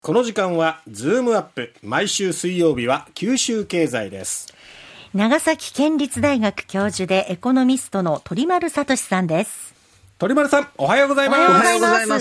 この時間はズームアップ、毎週水曜日は九州経済です。 長崎県立大学教授でエコノミストの鳥丸聡さんです。 鳥丸さん、おはようございます。 おはようございます。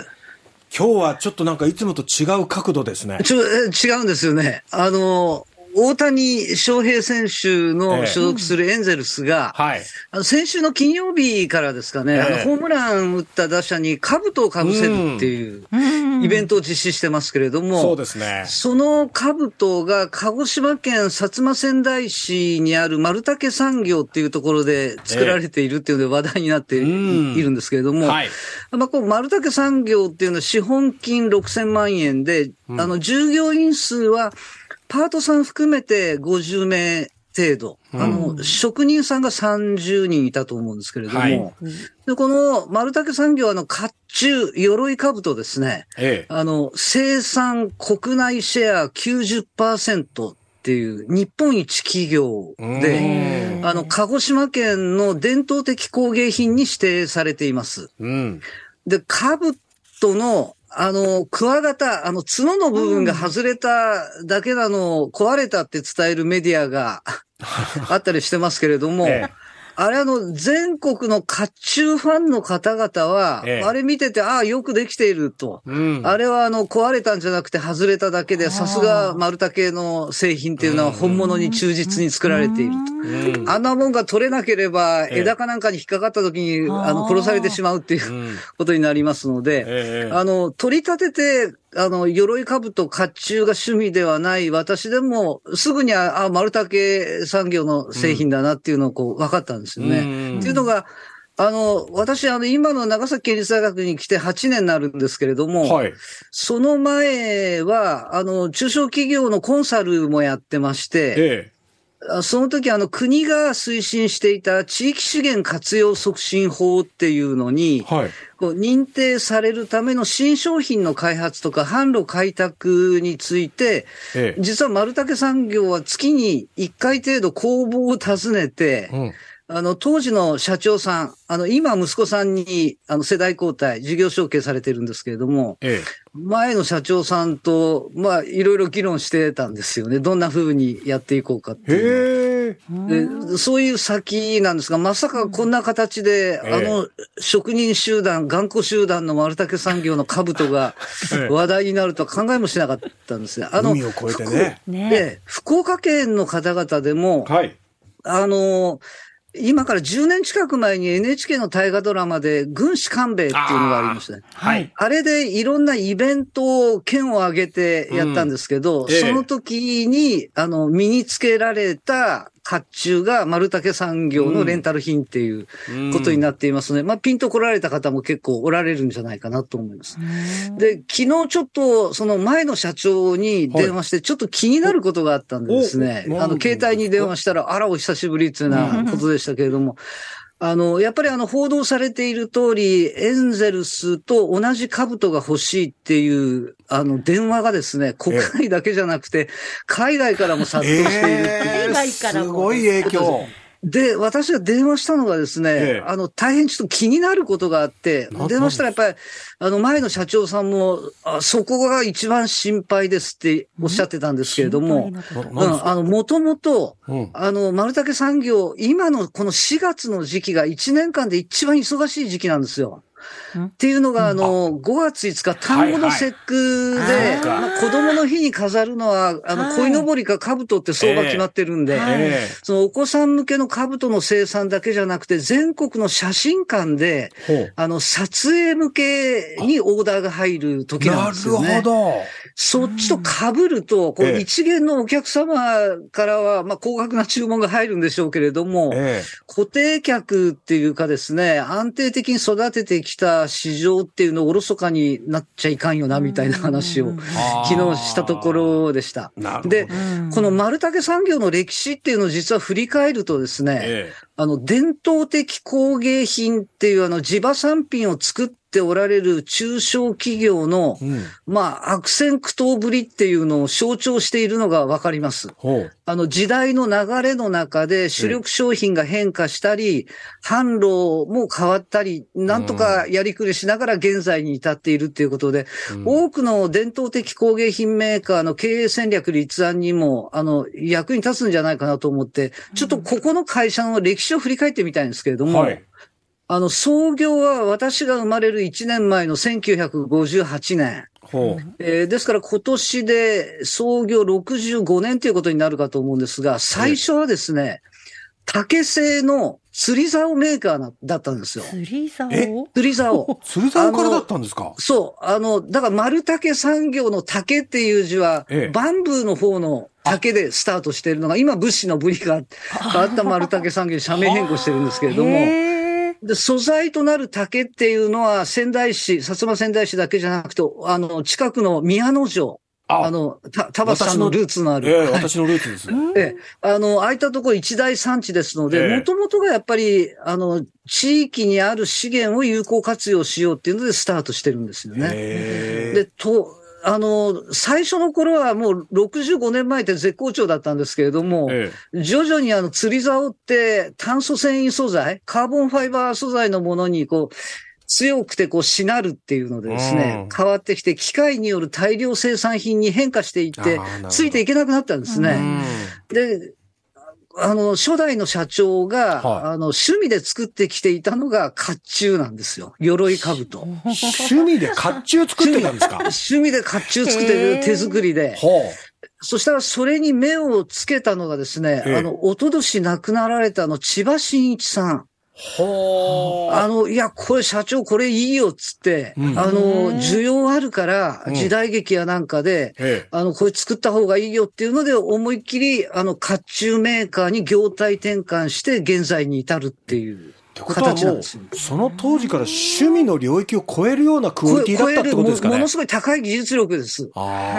今日はちょっとなんかいつもと違う角度ですね。 違うんですよね。大谷翔平選手の所属するエンゼルスが、先週の金曜日からですかね、ホームラン打った打者に兜をかぶせるっていうイベントを実施してますけれども、 そうですね。 その兜が鹿児島県薩摩川内市にある丸竹産業っていうところで作られているっていうので話題になっているんですけれども、こう丸竹産業っていうのは資本金6000万円で、従業員数はパートさん含めて50名程度、職人さんが30人いたと思うんですけれども、でこの丸竹産業は甲冑、鎧兜ですね、生産国内シェア 90% っていう日本一企業で、鹿児島県の伝統的工芸品に指定されています。で、兜のクワガタ、角の部分が外れただけなのを壊れたって伝えるメディアがあったりしてますけれども、あれ全国の甲冑ファンの方々は、あれ見てて、よくできていると。あれは壊れたんじゃなくて外れただけで、さすが丸竹の製品っていうのは本物に忠実に作られていると。あんなもんが取れなければ、枝かなんかに引っかかった時に、殺されてしまうっていうことになりますので、取り立てて、鎧兜、甲冑が趣味ではない私でも、すぐに丸竹産業の製品だなっていうのを分かったんですよね。っていうのが、私、今の長崎県立大学に来て8年になるんですけれども、その前は、中小企業のコンサルもやってまして、その時国が推進していた地域資源活用促進法っていうのに、認定されるための新商品の開発とか販路開拓について、実は丸竹産業は月に1回程度工房を訪ねて、当時の社長さん、今息子さんに世代交代、事業承継されてるんですけれども、前の社長さんと、いろいろ議論してたんですよね。どんな風にやっていこうかっていうの。そういう先なんですが、まさかこんな形で、職人集団、頑固集団の丸竹産業の兜が話題になるとは考えもしなかったんですね。 海を越えてね。 福岡県の方々でも、今から10年近く前に NHK の大河ドラマで軍師官兵衛っていうのがありましたね。あれでいろんなイベントを県を挙げてやったんですけど、その時に身につけられた甲冑が丸竹産業のレンタル品っていうことになっていますので、ピンと来られた方も結構おられるんじゃないかなと思います。で、昨日ちょっとその前の社長に電話してちょっと気になることがあったんでですね、携帯に電話したら、お久しぶりというようなことでしたけれども、やっぱり報道されている通り、エンゼルスと同じ兜が欲しいっていう、電話がですね、国内だけじゃなくて、海外からも殺到しているっていう。 海外からも。 すごい影響。 で、私が電話したのがですね、大変ちょっと気になることがあって、電話したらやっぱり、前の社長さんも、そこが一番心配ですっておっしゃってたんですけれども、もともと、丸竹産業、今のこの4月の時期が1年間で一番忙しい時期なんですよ。っていうのが、5月5日、単語の節句で、子供の日に飾るのは、鯉のぼりか兜って相場決まってるんで、そのお子さん向けの兜の生産だけじゃなくて、全国の写真館で、撮影向けにオーダーが入る時なんですよね。 なるほど。 そっちと被ると、一元のお客様からは、高額な注文が入るんでしょうけれども、固定客っていうかですね、安定的に育ててきた市場っていうのをおろそかになっちゃいかんよな、みたいな話を昨日したところでした。で、この丸竹産業の歴史っていうのを実は振り返るとですね、 伝統的工芸品っていう地場産品を作っておられる中小企業の、悪戦苦闘ぶりっていうのを象徴しているのがわかります。時代の流れの中で主力商品が変化したり、販路も変わったり、なんとかやりくりしながら現在に至っているっていうことで、多くの伝統的工芸品メーカーの経営戦略立案にも、役に立つんじゃないかなと思って、ちょっとここの会社の歴史を振り返ってみたいんですけれども、創業は私が生まれる1年前の1958年。ですから今年で創業65年ということになるかと思うんですが、最初はですね、竹製の釣り竿メーカーだったんですよ。 釣り竿？ 釣り竿からだったんですか？ そう。だから丸竹産業の竹っていう字は、バンブーの方の竹でスタートしているのが、今物資の部位があった丸竹産業に社名変更してるんですけれども、で、素材となる竹っていうのは仙台市、薩摩仙台市だけじゃなくて、近くの宮野城。田畑さんのルーツのある。 私のルーツです。 ああいったところ一大産地ですので、もともとがやっぱり、地域にある資源を有効活用しようっていうのでスタートしてるんですよね。で、最初の頃はもう65年前って絶好調だったんですけれども、徐々に釣り竿って炭素繊維素材、カーボンファイバー素材のものに強くてしなるっていうのでですね、変わってきて機械による大量生産品に変化していって、ついていけなくなったんですね。で、初代の社長が、趣味で作ってきていたのが甲冑なんですよ。鎧兜。 趣味で甲冑作ってたんですか？ 趣味で甲冑作ってる手作りで。そしたらそれに目をつけたのがですね、おととし亡くなられた千葉真一さん。いや、これ社長これいいよっつって、需要あるから、時代劇やなんかで、これ作った方がいいよっていうので、思いっきり、甲冑メーカーに業態転換して、現在に至るっていう形なんですよ。 その当時から趣味の領域を超えるようなクオリティだったってことですかね。 ものすごい高い技術力です。 そう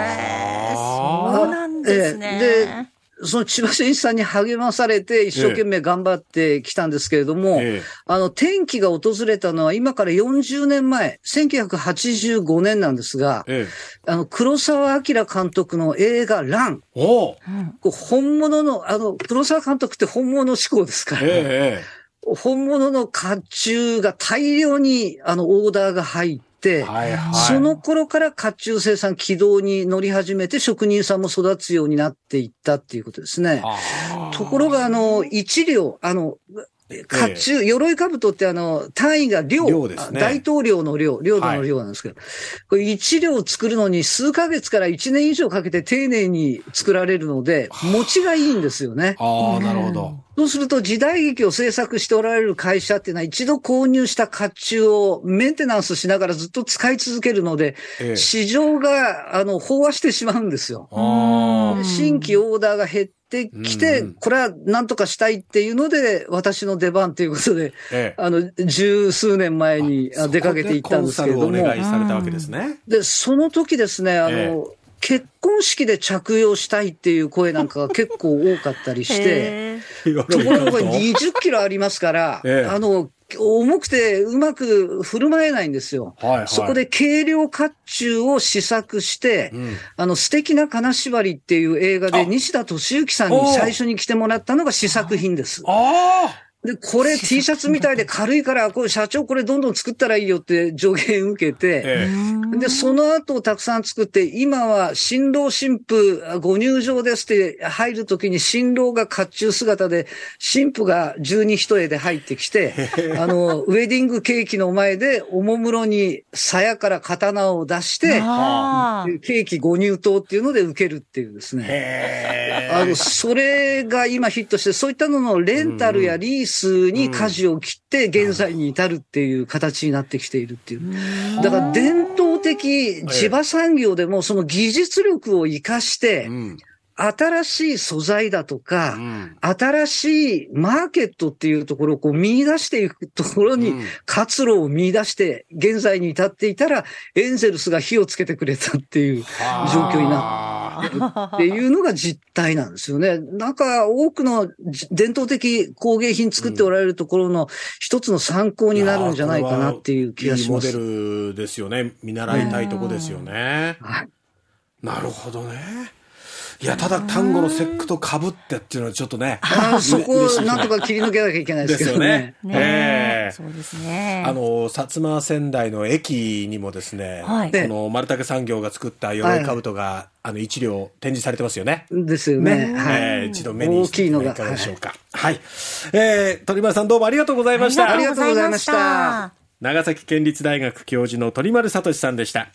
なんですね。 で、その千葉真一さんに励まされて一生懸命頑張ってきたんですけれども、転機が訪れたのは今から40年前、1985年なんですが、黒澤明監督の映画ラン。本物の、黒澤監督って本物志向ですから、本物の甲冑が大量にオーダーが入って、その頃から甲冑生産軌道に乗り始めて職人さんも育つようになっていったっていうことですね。ところが一両、甲冑、鎧兜って単位が両ですね。大統領の領土の領なんですけど、これ一両作るのに数ヶ月から1年以上かけて丁寧に作られるので、持ちがいいんですよね。 なるほど。 そうすると時代劇を制作しておられる会社っていうのは一度購入した甲冑をメンテナンスしながらずっと使い続けるので、市場が飽和してしまうんですよ。新規オーダーが減ってきて、これは何とかしたいっていうので、私の出番ということで、十数年前に出かけていったんですけれども。 お願いされたわけですね。 で、その時ですね、結婚式で着用したいっていう声なんかが結構多かったりして、ところが20キロありますから、重くてうまく振る舞えないんですよ。そこで軽量甲冑を試作して、素敵な金縛りっていう映画で西田敏行さんに最初に来てもらったのが試作品です。で、これ T シャツみたいで軽いから、これ社長これどんどん作ったらいいよって助言受けて、で、その後たくさん作って、今は新郎新婦ご入場ですって入るときに新郎が甲冑姿で、新婦が十二一重で入ってきて、ウェディングケーキの前でおもむろに鞘から刀を出して、ケーキご入刀っていうので受けるっていうですね。それが今ヒットして、そういったののレンタルやリースに舵を切って現在に至るっていう形になってきているっていう。だから伝統的地場産業でもその技術力を活かして、新しい素材だとか、新しいマーケットっていうところを見出していくところに活路を見出して現在に至っていたらエンゼルスが火をつけてくれたっていう状況になっていうのが実態なんですよね。なんか多くの伝統的工芸品作っておられるところの一つの参考になるんじゃないかなっていう気がします。 いいモデルですよね。見習いたいとこですよね。 はい。 なるほどね。いや、ただ単語の節句と被ってっていうのはちょっとね。 そこをなんとか切り抜けなきゃいけないですけどね。 そうですね。 薩摩川内の駅にもですね、この丸竹産業が作った鎧兜が、一両展示されてますよね。 ですよね。 一度目にしていかがでしょうか。はい。鳥丸さんどうもありがとうございました。 ありがとうございました。 長崎県立大学教授の鳥丸聡さんでした。